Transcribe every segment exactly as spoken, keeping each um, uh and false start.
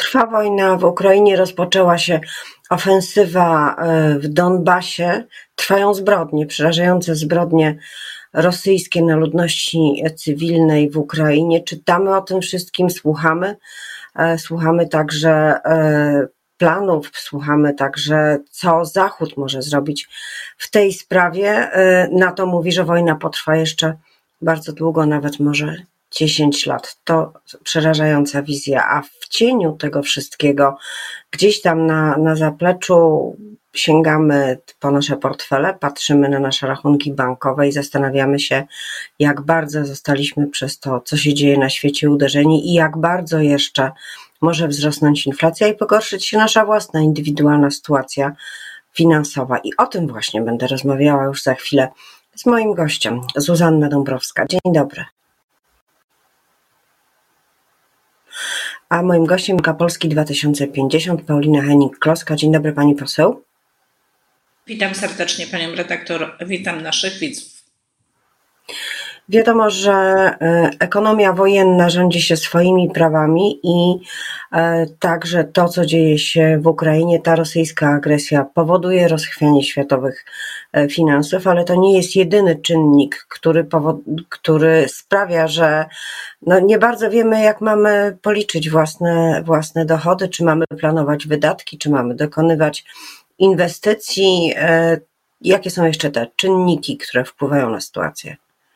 Trwa wojna w Ukrainie, rozpoczęła się ofensywa w Donbasie, trwają zbrodnie, przerażające zbrodnie rosyjskie na ludności cywilnej w Ukrainie. Czytamy o tym wszystkim, słuchamy. Słuchamy także planów, słuchamy także, co Zachód może zrobić w tej sprawie. NATO mówi, że wojna potrwa jeszcze bardzo długo, nawet może dziesięć lat. To przerażająca wizja, a w cieniu tego wszystkiego, gdzieś tam na, na zapleczu sięgamy po nasze portfele, patrzymy na nasze rachunki bankowe i zastanawiamy się, jak bardzo zostaliśmy przez to, co się dzieje na świecie, uderzeni i jak bardzo jeszcze może wzrosnąć inflacja i pogorszyć się nasza własna indywidualna sytuacja finansowa. I o tym właśnie będę rozmawiała już za chwilę z moim gościem, Zuzanna Dąbrowska. Dzień dobry. A moim gościem Polski dwa tysiące pięćdziesiąt, Paulina Hennig-Kloska. Dzień dobry, pani poseł. Witam serdecznie panią redaktor, witam naszych widzów. Wiadomo, że ekonomia wojenna rządzi się swoimi prawami i także to, co dzieje się w Ukrainie, ta rosyjska agresja powoduje rozchwianie światowych finansów, ale to nie jest jedyny czynnik, który, powod- który sprawia, że no nie bardzo wiemy, jak mamy policzyć własne, własne dochody, czy mamy planować wydatki, czy mamy dokonywać inwestycji. Jakie są jeszcze te czynniki, które wpływają na sytuację?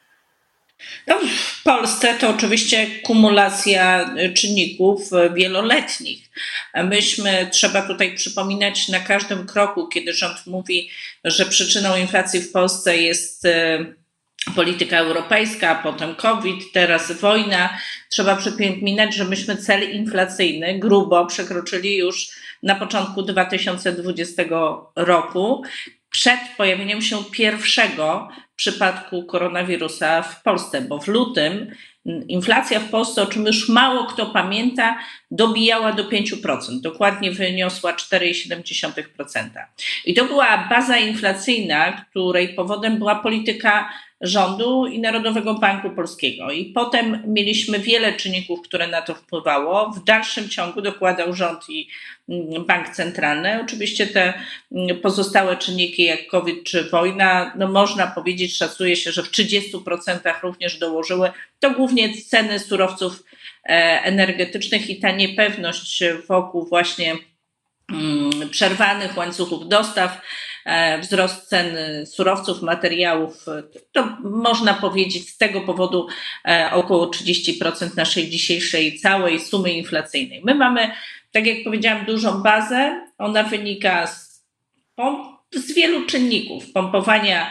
No, w Polsce to oczywiście kumulacja czynników wieloletnich. Myśmy, trzeba tutaj przypominać na każdym kroku, kiedy rząd mówi, że przyczyną inflacji w Polsce jest polityka europejska, potem COVID, teraz wojna. Trzeba przypominać, że myśmy cel inflacyjny grubo przekroczyli już na początku dwa tysiące dwudziestego roku, przed pojawieniem się pierwszego przypadku koronawirusa w Polsce, bo w lutym inflacja w Polsce, o czym już mało kto pamięta, dobijała do pięć procent, dokładnie wyniosła cztery przecinek siedem procent. I to była baza inflacyjna, której powodem była polityka rządu i Narodowego Banku Polskiego. I potem mieliśmy wiele czynników, które na to wpływało. W dalszym ciągu dokładał rząd i bank centralny. Oczywiście te pozostałe czynniki jak COVID czy wojna, no można powiedzieć, szacuje się, że w trzydziestu procentach również dołożyły. To głównie ceny surowców energetycznych i ta niepewność wokół właśnie przerwanych łańcuchów dostaw, wzrost cen surowców, materiałów, to można powiedzieć z tego powodu około trzydzieści procent naszej dzisiejszej całej sumy inflacyjnej. My mamy, tak jak powiedziałam, dużą bazę, ona wynika z, z wielu czynników, pompowania,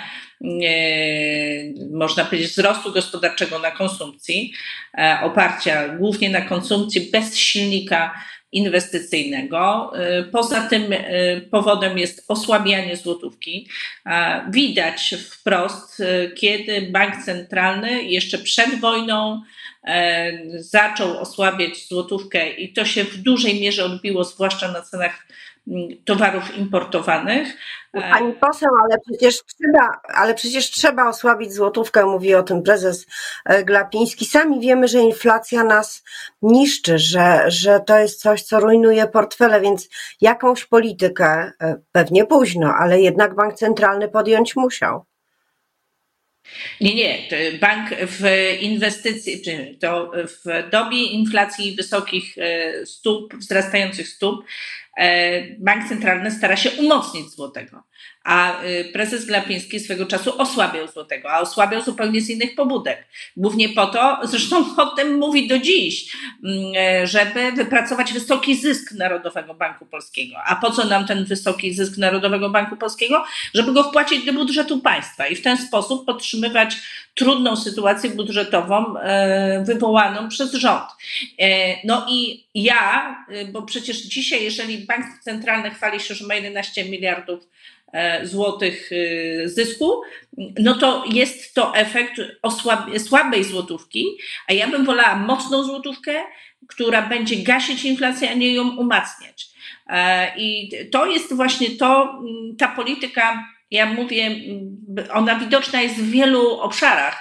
można powiedzieć, wzrostu gospodarczego na konsumpcji, oparcia głównie na konsumpcji bez silnika inwestycyjnego. Poza tym powodem jest osłabianie złotówki. Widać wprost, kiedy bank centralny jeszcze przed wojną zaczął osłabiać złotówkę i to się w dużej mierze odbiło, zwłaszcza na cenach towarów importowanych. Pani poseł, ale przecież trzeba, ale przecież trzeba osłabić złotówkę, mówi o tym prezes Glapiński. Sami wiemy, że inflacja nas niszczy, że, że to jest coś, co rujnuje portfele, więc jakąś politykę, pewnie późno, ale jednak bank centralny podjąć musiał. Nie, nie. Bank w inwestycji, to w dobie inflacji wysokich stóp, wzrastających stóp, bank centralny stara się umocnić złotego, a prezes Glapiński swego czasu osłabiał złotego, a osłabiał zupełnie z innych pobudek. Głównie po to, zresztą o tym mówi do dziś, żeby wypracować wysoki zysk Narodowego Banku Polskiego. A po co nam ten wysoki zysk Narodowego Banku Polskiego? Żeby go wpłacić do budżetu państwa i w ten sposób podtrzymywać trudną sytuację budżetową wywołaną przez rząd. No i ja, bo przecież dzisiaj, jeżeli bank centralny chwali się, że ma jedenaście miliardów złotych zysku, no to jest to efekt osłab- słabej złotówki, a ja bym wolała mocną złotówkę, która będzie gasić inflację, a nie ją umacniać. I to jest właśnie to, ta polityka, ja mówię, ona widoczna jest w wielu obszarach.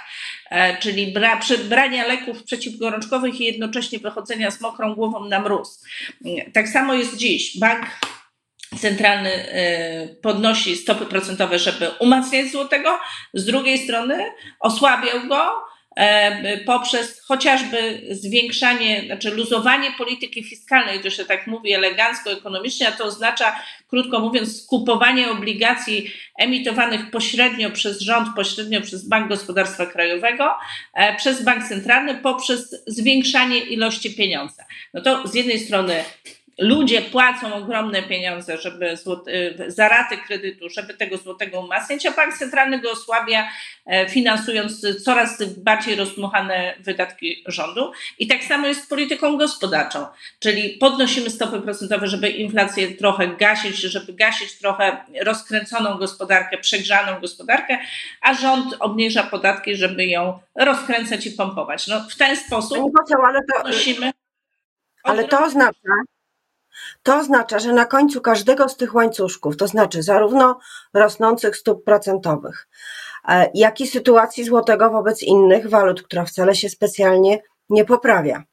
czyli bra, brania leków przeciwgorączkowych i jednocześnie wychodzenia z mokrą głową na mróz. Tak samo jest dziś. Bank centralny podnosi stopy procentowe, żeby umacniać złotego, z drugiej strony osłabiał go poprzez chociażby zwiększanie, znaczy luzowanie polityki fiskalnej, to się tak mówi elegancko, ekonomicznie, a to oznacza, krótko mówiąc, skupowanie obligacji emitowanych pośrednio przez rząd, pośrednio przez Bank Gospodarstwa Krajowego, przez Bank Centralny poprzez zwiększanie ilości pieniądza. No to z jednej strony ludzie płacą ogromne pieniądze, żeby złoty, za raty kredytu, żeby tego złotego umacniać, a Bank Centralny go osłabia, finansując coraz bardziej rozdmuchane wydatki rządu. I tak samo jest z polityką gospodarczą, czyli podnosimy stopy procentowe, żeby inflację trochę gasić, żeby gasić trochę rozkręconą gospodarkę, przegrzaną gospodarkę, a rząd obniża podatki, żeby ją rozkręcać i pompować. No, w ten sposób Pani poseł, ale to, podnosimy... ale to oznacza, To oznacza, że na końcu każdego z tych łańcuszków, to znaczy zarówno rosnących stóp procentowych, jak i sytuacji złotego wobec innych walut, która wcale się specjalnie nie poprawia.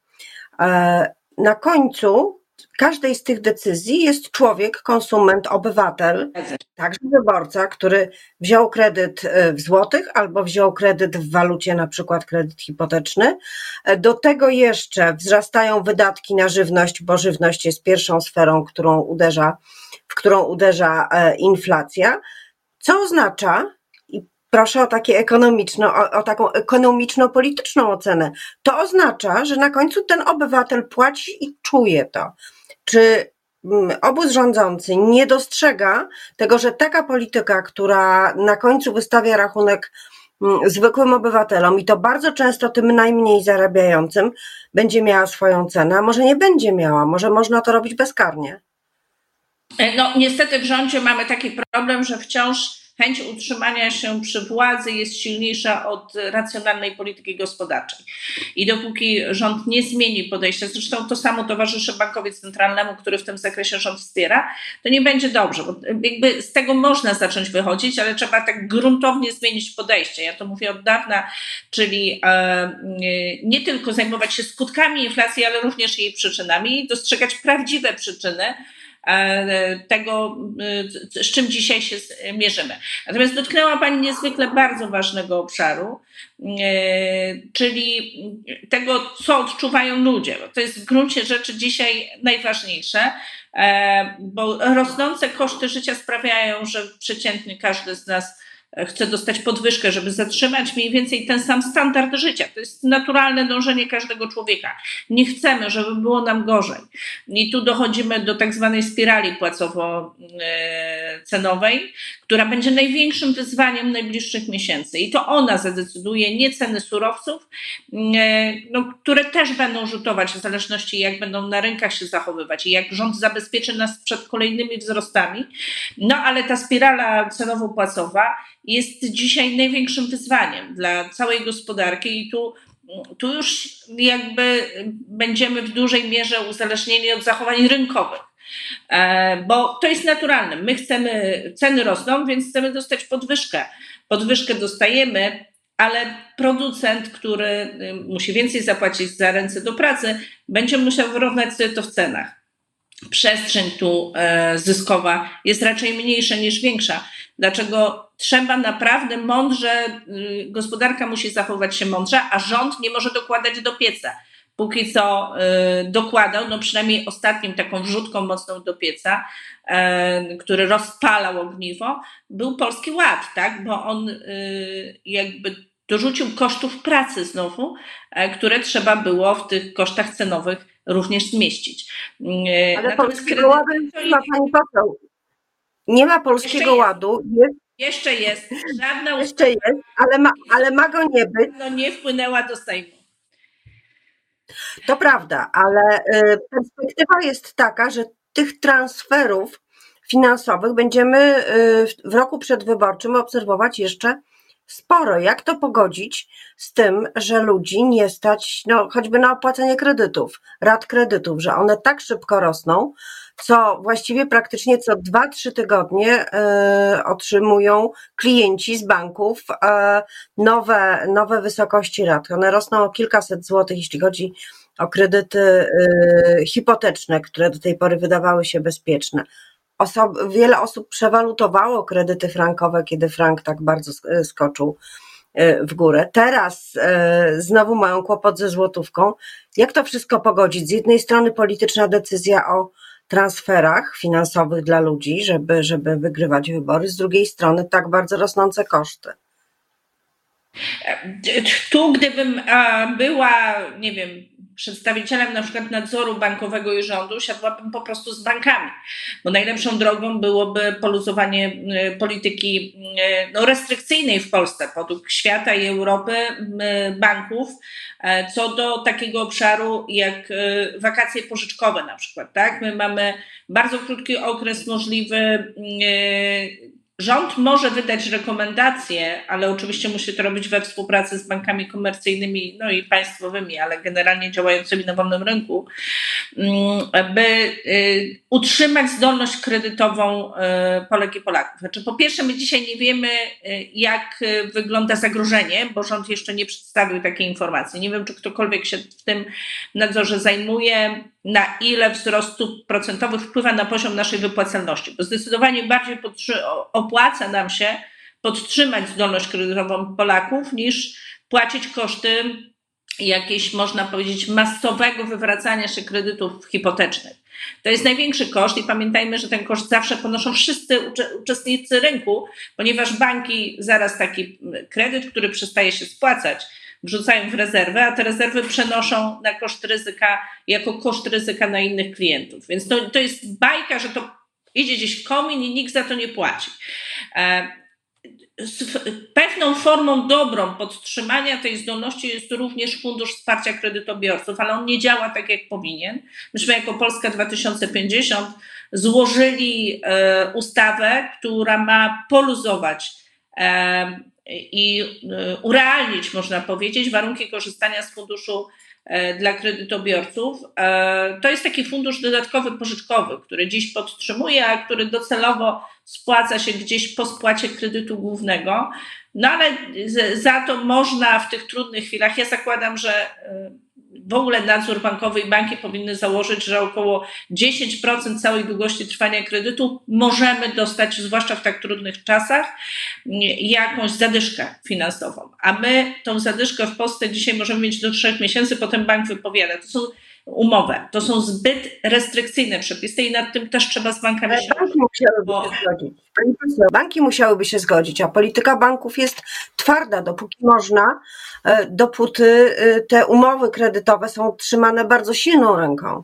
Na końcu każdej z tych decyzji jest człowiek, konsument, obywatel, także wyborca, który wziął kredyt w złotych albo wziął kredyt w walucie, na przykład kredyt hipoteczny. Do tego jeszcze wzrastają wydatki na żywność, bo żywność jest pierwszą sferą, którą uderza, w którą uderza inflacja, co oznacza, i proszę o takie ekonomiczne, o, o taką ekonomiczno-polityczną ocenę, to oznacza, że na końcu ten obywatel płaci i czuje to. Czy obóz rządzący nie dostrzega tego, że taka polityka, która na końcu wystawia rachunek zwykłym obywatelom i to bardzo często tym najmniej zarabiającym, będzie miała swoją cenę, a może nie będzie miała, może można to robić bezkarnie? No niestety w rządzie mamy taki problem, że wciąż chęć utrzymania się przy władzy jest silniejsza od racjonalnej polityki gospodarczej. I dopóki rząd nie zmieni podejścia, zresztą to samo towarzyszy Bankowi Centralnemu, który w tym zakresie rząd wspiera, to nie będzie dobrze, bo jakby z tego można zacząć wychodzić, ale trzeba tak gruntownie zmienić podejście. Ja to mówię od dawna, czyli nie tylko zajmować się skutkami inflacji, ale również jej przyczynami i dostrzegać prawdziwe przyczyny tego, z czym dzisiaj się mierzymy. Natomiast dotknęła Pani niezwykle bardzo ważnego obszaru, czyli tego, co odczuwają ludzie. To jest w gruncie rzeczy dzisiaj najważniejsze, bo rosnące koszty życia sprawiają, że przeciętnie każdy z nas chce dostać podwyżkę, żeby zatrzymać mniej więcej ten sam standard życia. To jest naturalne dążenie każdego człowieka. Nie chcemy, żeby było nam gorzej. I tu dochodzimy do tak zwanej spirali płacowo-cenowej, która będzie największym wyzwaniem najbliższych miesięcy. I to ona zadecyduje, nie ceny surowców, no, które też będą rzutować w zależności jak będą na rynkach się zachowywać i jak rząd zabezpieczy nas przed kolejnymi wzrostami. No ale ta spirala cenowo-płacowa jest dzisiaj największym wyzwaniem dla całej gospodarki i tu, tu już jakby będziemy w dużej mierze uzależnieni od zachowań rynkowych, bo to jest naturalne. My chcemy, ceny rosną, więc chcemy dostać podwyżkę. Podwyżkę dostajemy, ale producent, który musi więcej zapłacić za ręce do pracy, będzie musiał wyrównać sobie to w cenach. Przestrzeń tu zyskowa jest raczej mniejsza niż większa. Dlaczego trzeba naprawdę mądrze, gospodarka musi zachowywać się mądrze, a rząd nie może dokładać do pieca. Póki co dokładał, no przynajmniej ostatnim taką wrzutką mocną do pieca, który rozpalał ogniwo, był Polski Ład, tak? Bo on jakby dorzucił kosztów pracy znowu, które trzeba było w tych kosztach cenowych również zmieścić. Ale Polskiego Ładu nie ma, pani poseł. Nie ma Polskiego Ładu. Jest, jeszcze jest. Żadna jeszcze jest, ale ma, ale ma go nie być. No nie wpłynęła do Sejmu. To prawda, ale perspektywa jest taka, że tych transferów finansowych będziemy w roku przedwyborczym obserwować jeszcze sporo. Jak to pogodzić z tym, że ludzi nie stać, no, choćby na opłacenie kredytów, rat kredytów, że one tak szybko rosną, co właściwie praktycznie co dwa trzy tygodnie y, otrzymują klienci z banków y, nowe, nowe wysokości rat. One rosną o kilkaset złotych, jeśli chodzi o kredyty y, hipoteczne, które do tej pory wydawały się bezpieczne. Oso- wiele osób przewalutowało kredyty frankowe, kiedy frank tak bardzo skoczył w górę. Teraz znowu mają kłopot ze złotówką. Jak to wszystko pogodzić? Z jednej strony polityczna decyzja o transferach finansowych dla ludzi, żeby, żeby wygrywać wybory, z drugiej strony tak bardzo rosnące koszty. Tu gdybym była, nie wiem, przedstawicielem na przykład nadzoru bankowego i rządu, siadłabym po prostu z bankami, bo najlepszą drogą byłoby poluzowanie polityki no, restrykcyjnej w Polsce podług świata i Europy banków co do takiego obszaru jak wakacje pożyczkowe na przykład, tak? My mamy bardzo krótki okres możliwy. Rząd może wydać rekomendacje, ale oczywiście musi to robić we współpracy z bankami komercyjnymi, no i państwowymi, ale generalnie działającymi na wolnym rynku, by utrzymać zdolność kredytową Polek i Polaków. Znaczy, po pierwsze, my dzisiaj nie wiemy, jak wygląda zagrożenie, bo rząd jeszcze nie przedstawił takiej informacji. Nie wiem, czy ktokolwiek się w tym nadzorze zajmuje, na ile wzrost stóp procentowych wpływa na poziom naszej wypłacalności, bo zdecydowanie bardziej podtrzy- opłaca nam się podtrzymać zdolność kredytową Polaków niż płacić koszty jakieś, można powiedzieć, masowego wywracania się kredytów hipotecznych. To jest największy koszt i pamiętajmy, że ten koszt zawsze ponoszą wszyscy uczestnicy rynku, ponieważ banki zaraz taki kredyt, który przestaje się spłacać, wrzucają w rezerwę, a te rezerwy przenoszą na koszt ryzyka, jako koszt ryzyka na innych klientów. Więc to, to jest bajka, że to idzie gdzieś w komin i nikt za to nie płaci. Pewną formą dobrą podtrzymania tej zdolności jest również Fundusz Wsparcia Kredytobiorców, ale on nie działa tak, jak powinien. Myśmy jako Polska dwa tysiące pięćdziesiąt złożyli ustawę, która ma poluzować i urealnić, można powiedzieć, warunki korzystania z funduszu dla kredytobiorców. To jest taki fundusz dodatkowy pożyczkowy, który dziś podtrzymuje, a który docelowo spłaca się gdzieś po spłacie kredytu głównego. No ale za to można w tych trudnych chwilach, ja zakładam, że w ogóle nadzór bankowy i banki powinny założyć, że około dziesięć procent całej długości trwania kredytu możemy dostać, zwłaszcza w tak trudnych czasach, jakąś zadyszkę finansową. A my tą zadyszkę w Polsce dzisiaj możemy mieć do trzech miesięcy, potem bank wypowiada. To są umowy, to są zbyt restrykcyjne przepisy i nad tym też trzeba z bankami się... Banki musiałyby bo... się zgodzić. Pani poseł, banki musiałyby się zgodzić, a polityka banków jest twarda, dopóki można, dopóty te umowy kredytowe są trzymane bardzo silną ręką.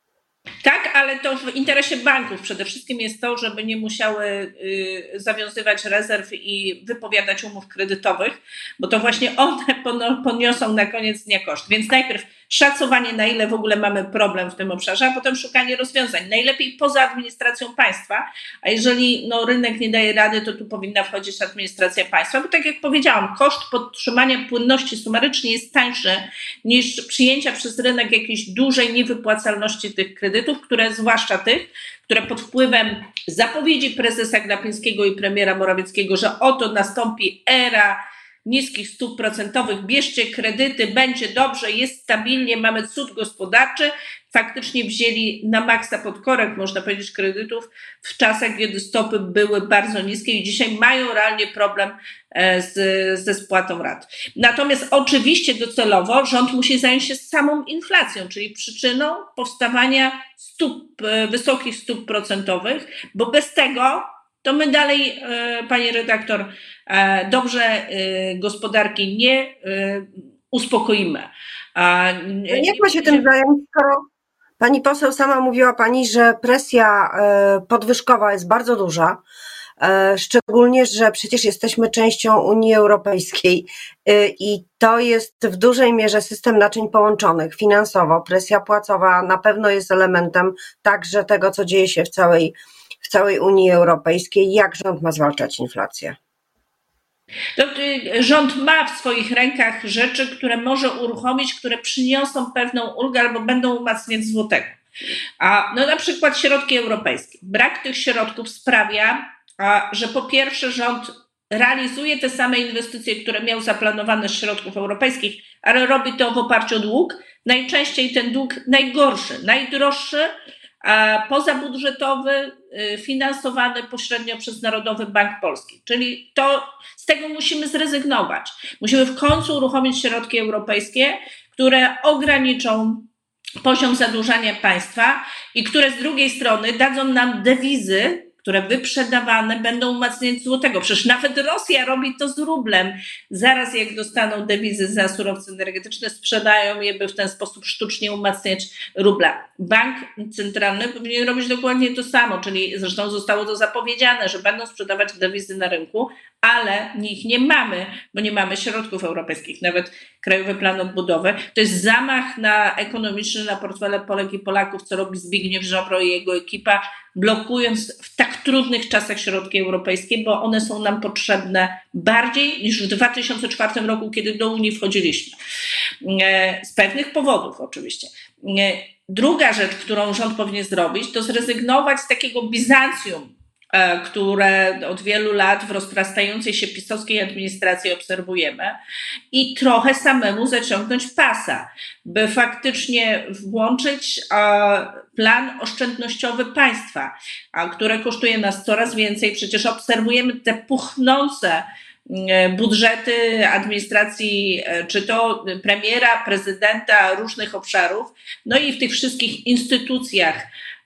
Tak, ale to w interesie banków przede wszystkim jest to, żeby nie musiały y, zawiązywać rezerw i wypowiadać umów kredytowych, bo to właśnie one poniosą na koniec dnia koszt. Więc najpierw szacowanie, na ile w ogóle mamy problem w tym obszarze, a potem szukanie rozwiązań. Najlepiej poza administracją państwa, a jeżeli no, rynek nie daje rady, to tu powinna wchodzić administracja państwa, bo tak jak powiedziałam, koszt podtrzymania płynności sumarycznie jest tańszy niż przyjęcia przez rynek jakiejś dużej niewypłacalności tych kredytów, które zwłaszcza tych, które pod wpływem zapowiedzi prezesa Glapińskiego i premiera Morawieckiego, że oto nastąpi era niskich stóp procentowych, bierzcie kredyty, będzie dobrze, jest stabilnie, mamy cud gospodarczy, faktycznie wzięli na maksa pod korek, można powiedzieć, kredytów w czasach, kiedy stopy były bardzo niskie i dzisiaj mają realnie problem z, ze spłatą rat. Natomiast oczywiście docelowo rząd musi zająć się samą inflacją, czyli przyczyną powstawania stóp, wysokich stóp procentowych, bo bez tego to my dalej, pani redaktor, dobrze gospodarki nie uspokoimy. Jak ma się tym zająć, skoro pani poseł sama mówiła pani, że presja podwyżkowa jest bardzo duża, szczególnie, że przecież jesteśmy częścią Unii Europejskiej i to jest w dużej mierze system naczyń połączonych finansowo. Presja płacowa na pewno jest elementem także tego, co dzieje się w całej w całej Unii Europejskiej. Jak rząd ma zwalczać inflację? To rząd ma w swoich rękach rzeczy, które może uruchomić, które przyniosą pewną ulgę albo będą umacniać złotego. A no na przykład środki europejskie. Brak tych środków sprawia, a, że po pierwsze rząd realizuje te same inwestycje, które miał zaplanowane z środków europejskich, ale robi to w oparciu o dług. Najczęściej ten dług najgorszy, najdroższy, a pozabudżetowy, finansowany pośrednio przez Narodowy Bank Polski. Czyli to z tego musimy zrezygnować. Musimy w końcu uruchomić środki europejskie, które ograniczą poziom zadłużania państwa i które z drugiej strony dadzą nam dewizy, które wyprzedawane będą umacniać złotego. Przecież nawet Rosja robi to z rublem. Zaraz jak dostaną dewizy za surowce energetyczne, sprzedają je, by w ten sposób sztucznie umacniać rubla. Bank centralny powinien robić dokładnie to samo, czyli zresztą zostało to zapowiedziane, że będą sprzedawać dewizy na rynku, ale ich nie mamy, bo nie mamy środków europejskich, nawet Krajowy Plan Odbudowy. To jest zamach na ekonomiczny, na portfele Polek i Polaków, co robi Zbigniew Ziobro i jego ekipa, blokując w tak trudnych czasach środki europejskie, bo one są nam potrzebne bardziej niż w dwa tysiące czwartym roku, kiedy do Unii wchodziliśmy. Z pewnych powodów oczywiście. Druga rzecz, którą rząd powinien zrobić, to zrezygnować z takiego Bizancjum, które od wielu lat w rozprastającej się pisowskiej administracji obserwujemy i trochę samemu zaciągnąć pasa, by faktycznie włączyć plan oszczędnościowy państwa, które kosztuje nas coraz więcej. Przecież obserwujemy te puchnące budżety administracji, czy to premiera, prezydenta różnych obszarów, no i w tych wszystkich instytucjach,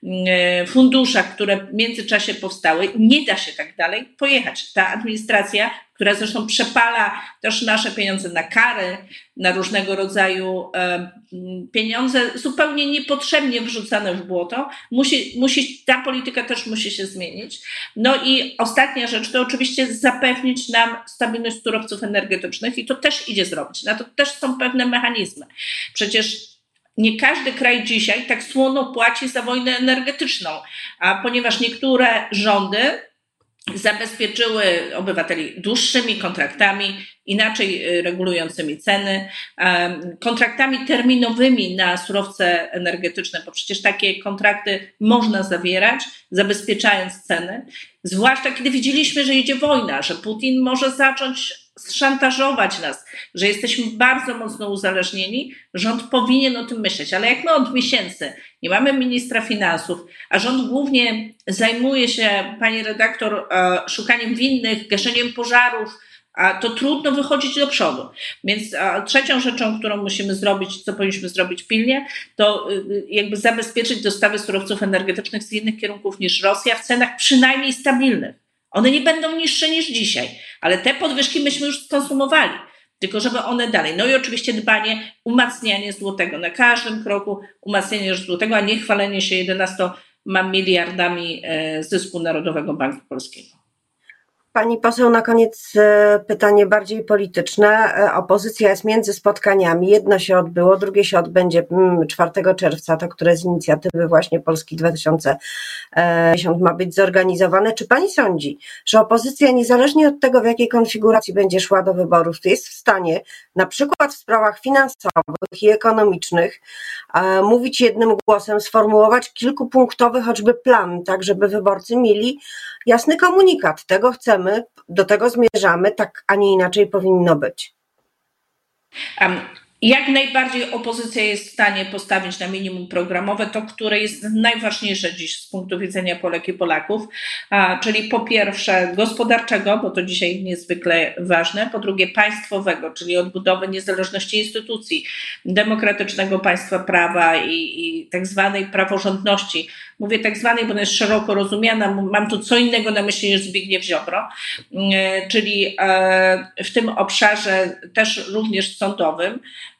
funduszach, które w międzyczasie powstały. Nie da się tak dalej pojechać. Ta administracja, która zresztą przepala też nasze pieniądze na kary, na różnego rodzaju e, pieniądze zupełnie niepotrzebnie wrzucane w błoto, musi, musi, ta polityka też musi się zmienić. No i ostatnia rzecz to oczywiście zapewnić nam stabilność surowców energetycznych i to też idzie zrobić. Na to też są pewne mechanizmy. Przecież nie każdy kraj dzisiaj tak słono płaci za wojnę energetyczną, a ponieważ niektóre rządy zabezpieczyły obywateli dłuższymi kontraktami, inaczej regulującymi ceny, kontraktami terminowymi na surowce energetyczne, bo przecież takie kontrakty można zawierać, zabezpieczając ceny, zwłaszcza kiedy widzieliśmy, że idzie wojna, że Putin może zacząć szantażować nas, że jesteśmy bardzo mocno uzależnieni, rząd powinien o tym myśleć. Ale jak my od miesięcy nie mamy ministra finansów, a rząd głównie zajmuje się, pani redaktor, szukaniem winnych, gaszeniem pożarów, to trudno wychodzić do przodu. Więc trzecią rzeczą, którą musimy zrobić, co powinniśmy zrobić pilnie, to jakby zabezpieczyć dostawy surowców energetycznych z innych kierunków niż Rosja w cenach przynajmniej stabilnych. One nie będą niższe niż dzisiaj, ale te podwyżki myśmy już skonsumowali, tylko żeby one dalej. No i oczywiście dbanie, umacnianie złotego. Na każdym kroku umacnianie złotego, a nie chwalenie się jedenastoma miliardami zysku Narodowego Banku Polskiego. Pani poseł, na koniec pytanie bardziej polityczne. Opozycja jest między spotkaniami. Jedno się odbyło, drugie się odbędzie czwartego czerwca, to które z inicjatywy właśnie Polski dwa tysiące dziesięć ma być zorganizowane. Czy pani sądzi, że opozycja niezależnie od tego, w jakiej konfiguracji będzie szła do wyborów, to jest w stanie na przykład w sprawach finansowych i ekonomicznych mówić jednym głosem, sformułować kilkupunktowy choćby plan, tak żeby wyborcy mieli jasny komunikat. Tego chcemy, do tego zmierzamy, tak, a nie inaczej powinno być. Um. Jak najbardziej opozycja jest w stanie postawić na minimum programowe to, które jest najważniejsze dziś z punktu widzenia Polek i Polaków, a, czyli po pierwsze gospodarczego, bo to dzisiaj niezwykle ważne, po drugie państwowego, czyli odbudowy niezależności instytucji, demokratycznego państwa prawa i, i tak zwanej praworządności. Mówię tak zwanej, bo ona jest szeroko rozumiana, mam tu co innego na myśli niż Zbigniew Ziobro, czyli w tym obszarze też również sądowym.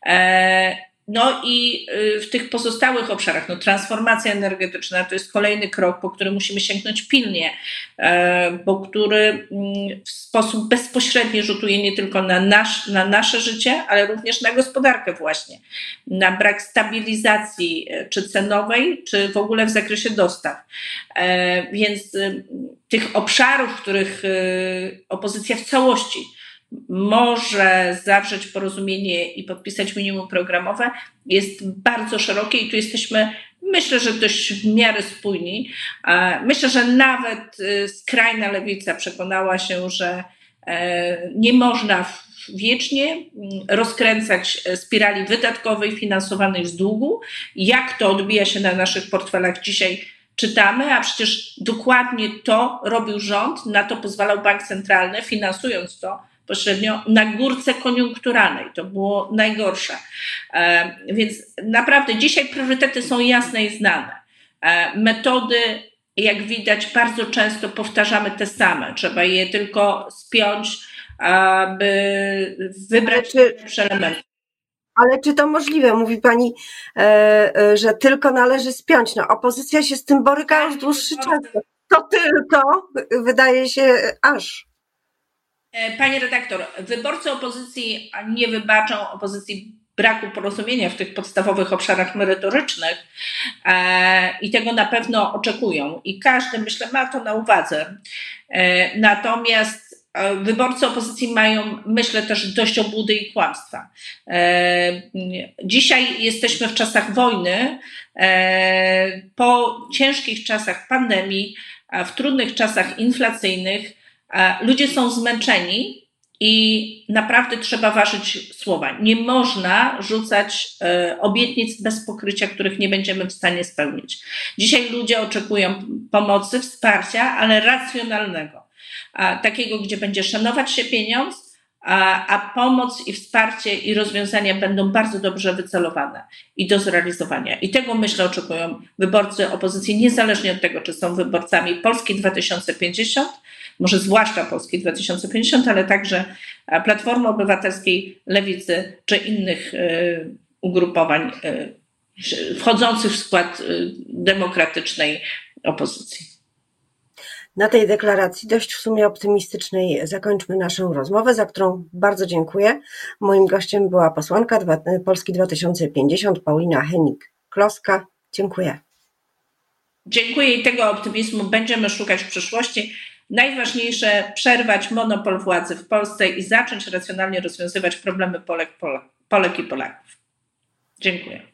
No i w tych pozostałych obszarach, no transformacja energetyczna to jest kolejny krok, po który musimy sięgnąć pilnie, bo który w sposób bezpośredni rzutuje nie tylko na, nasz, na nasze życie, ale również na gospodarkę właśnie, na brak stabilizacji czy cenowej, czy w ogóle w zakresie dostaw. Więc tych obszarów, w których opozycja w całości może zawrzeć porozumienie i podpisać minimum programowe, jest bardzo szerokie i tu jesteśmy, myślę, że dość w miarę spójni. Myślę, że nawet skrajna lewica przekonała się, że nie można wiecznie rozkręcać spirali wydatkowej finansowanej z długu. Jak to odbija się na naszych portfelach dzisiaj czytamy, a przecież dokładnie to robił rząd, na to pozwalał bank centralny, finansując to pośrednio na górce koniunkturalnej. To było najgorsze. Więc naprawdę dzisiaj priorytety są jasne i znane. Metody, jak widać, bardzo często powtarzamy te same. Trzeba je tylko spiąć, aby wybrać lepsze elementy. Ale czy to możliwe? Mówi pani, e, że tylko należy spiąć. No, opozycja się z tym boryka już dłuższy czas. To tylko wydaje się aż. Pani redaktor, wyborcy opozycji nie wybaczą opozycji braku porozumienia w tych podstawowych obszarach merytorycznych e, i tego na pewno oczekują. I każdy, myślę, ma to na uwadze. E, natomiast wyborcy opozycji mają, myślę, też dość obłudy i kłamstwa. Dzisiaj jesteśmy w czasach wojny, po ciężkich czasach pandemii, w trudnych czasach inflacyjnych. Ludzie są zmęczeni i naprawdę trzeba ważyć słowa. Nie można rzucać obietnic bez pokrycia, których nie będziemy w stanie spełnić. Dzisiaj ludzie oczekują pomocy, wsparcia, ale racjonalnego. Takiego, gdzie będzie szanować się pieniądz, a, a pomoc i wsparcie i rozwiązania będą bardzo dobrze wycelowane i do zrealizowania. I tego, myślę, oczekują wyborcy opozycji, niezależnie od tego, czy są wyborcami Polski dwa tysiące pięćdziesiąt, może zwłaszcza Polski dwa tysiące pięćdziesiąt, ale także Platformy Obywatelskiej, Lewicy czy innych y, ugrupowań y, wchodzących w skład y, demokratycznej opozycji. Na tej deklaracji, dość w sumie optymistycznej, zakończmy naszą rozmowę, za którą bardzo dziękuję. Moim gościem była posłanka Polski dwa tysiące pięćdziesiąt, Paulina Hennig-Kloska. Dziękuję. Dziękuję i tego optymizmu będziemy szukać w przyszłości. Najważniejsze, przerwać monopol władzy w Polsce i zacząć racjonalnie rozwiązywać problemy Polek, Polek, Polek i Polaków. Dziękuję.